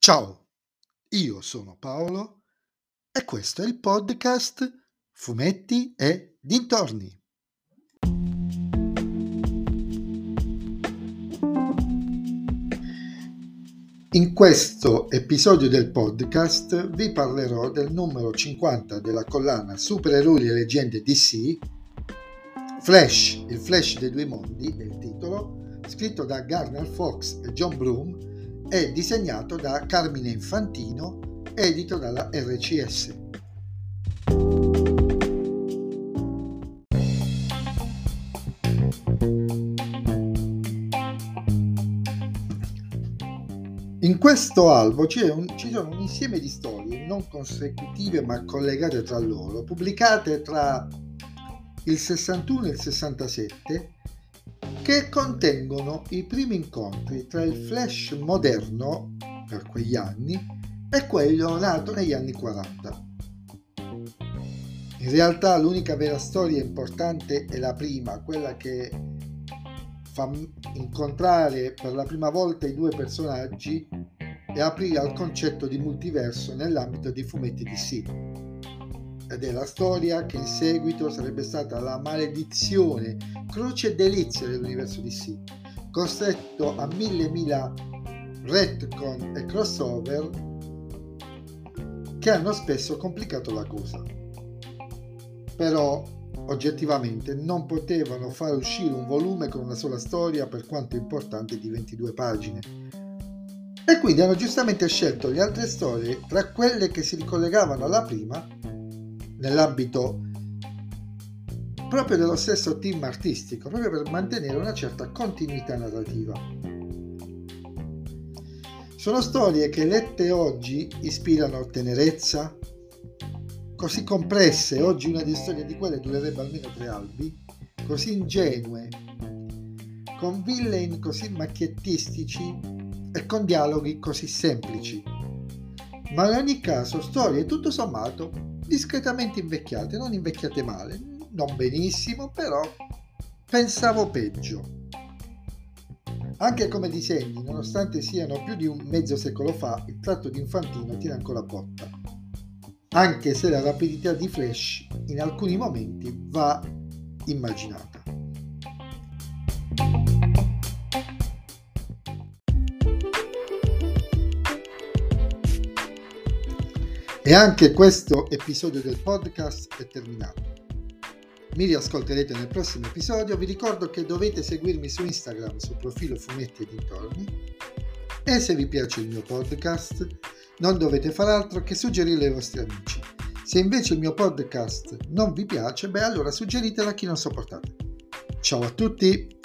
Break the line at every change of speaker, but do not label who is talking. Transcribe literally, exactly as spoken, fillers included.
Ciao, io sono Paolo e questo è il podcast Fumetti e Dintorni. In questo episodio del podcast vi parlerò del numero cinquanta della collana Supereroi e leggende D C, Flash, il Flash dei due mondi è il titolo, scritto da Gardner Fox e John Broome e disegnato da Carmine Infantino, edito dalla R C S. In questo albo c'è un, ci sono un insieme di storie non consecutive ma collegate tra loro, pubblicate tra il sessantuno e il sessantasette, che contengono i primi incontri tra il Flash moderno per quegli anni e quello nato negli anni quaranta. In realtà l'unica vera storia importante è la prima, quella che fa incontrare per la prima volta i due personaggi e aprire al concetto di multiverso nell'ambito dei fumetti D C. Ed è la storia che in seguito sarebbe stata la maledizione, croce e delizia dell'universo D C, costretto a mille mila retcon e crossover che hanno spesso complicato la cosa. Però oggettivamente non potevano far uscire un volume con una sola storia, per quanto importante, di ventidue pagine, e quindi hanno giustamente scelto le altre storie tra quelle che si ricollegavano alla prima nell'ambito proprio dello stesso team artistico, proprio per mantenere una certa continuità narrativa. Sono storie che lette oggi ispirano tenerezza, così compresse. Oggi una di storie di quelle durerebbe almeno tre albi, così ingenue, con villain così macchiettistici e con dialoghi così semplici, ma in ogni caso storie tutto sommato discretamente invecchiate, non invecchiate male, non benissimo, però pensavo peggio. Anche come disegni, nonostante siano più di un mezzo secolo fa, il tratto di Infantino tiene ancora botta, anche se la rapidità di Flash in alcuni momenti va immaginata. E anche questo episodio del podcast è terminato. Mi riascolterete nel prossimo episodio. Vi ricordo che dovete seguirmi su Instagram sul profilo Fumetti e Dintorni, e se vi piace il mio podcast non dovete far altro che suggerirlo ai vostri amici. Se invece il mio podcast non vi piace, beh allora suggeritelo a chi non sopportate. Ciao a tutti!